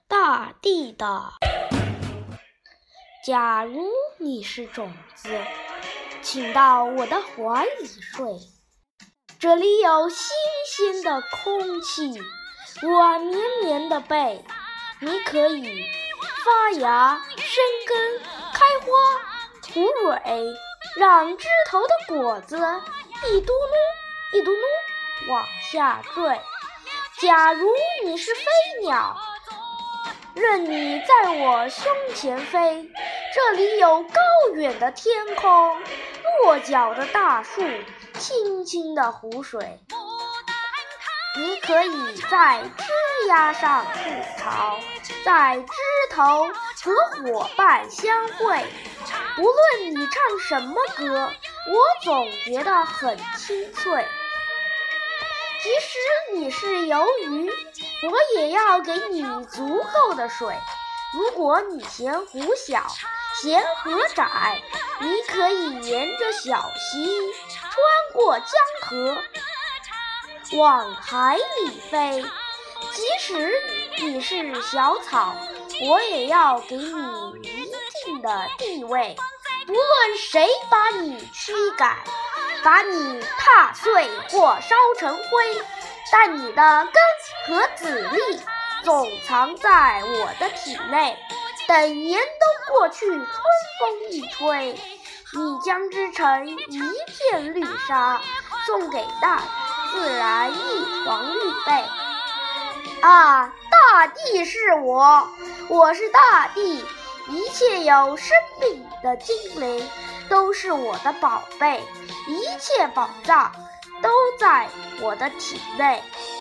大地的。假如你是种子，请到我的怀里睡，这里有新鲜的空气，软绵绵的被，你可以发芽、生根、开花、吐蕊，让枝头的果子一嘟噜一嘟噜往下坠。假如你是飞鸟，任你在我胸前飞，这里有高远的天空，落脚的大树，清清的湖水。你可以在枝桠上筑巢，在枝头和伙伴相会。无论你唱什么歌，我总觉得很清脆。即使你是鱿鱼，我也要给你足够的水。如果你嫌湖小，嫌河窄，你可以沿着小溪穿过江河，往海里飞。即使你是小草，我也要给你一定的地位。不论谁把你驱赶，把你踏碎或烧成灰，但你的根和籽粒总藏在我的体内。等年都过去，春风一吹，你将织成一片绿纱，送给大自然一床绿被。啊，大地是我，我是大地，一切有生命的精灵都是我的宝贝，一切宝藏都在我的体内。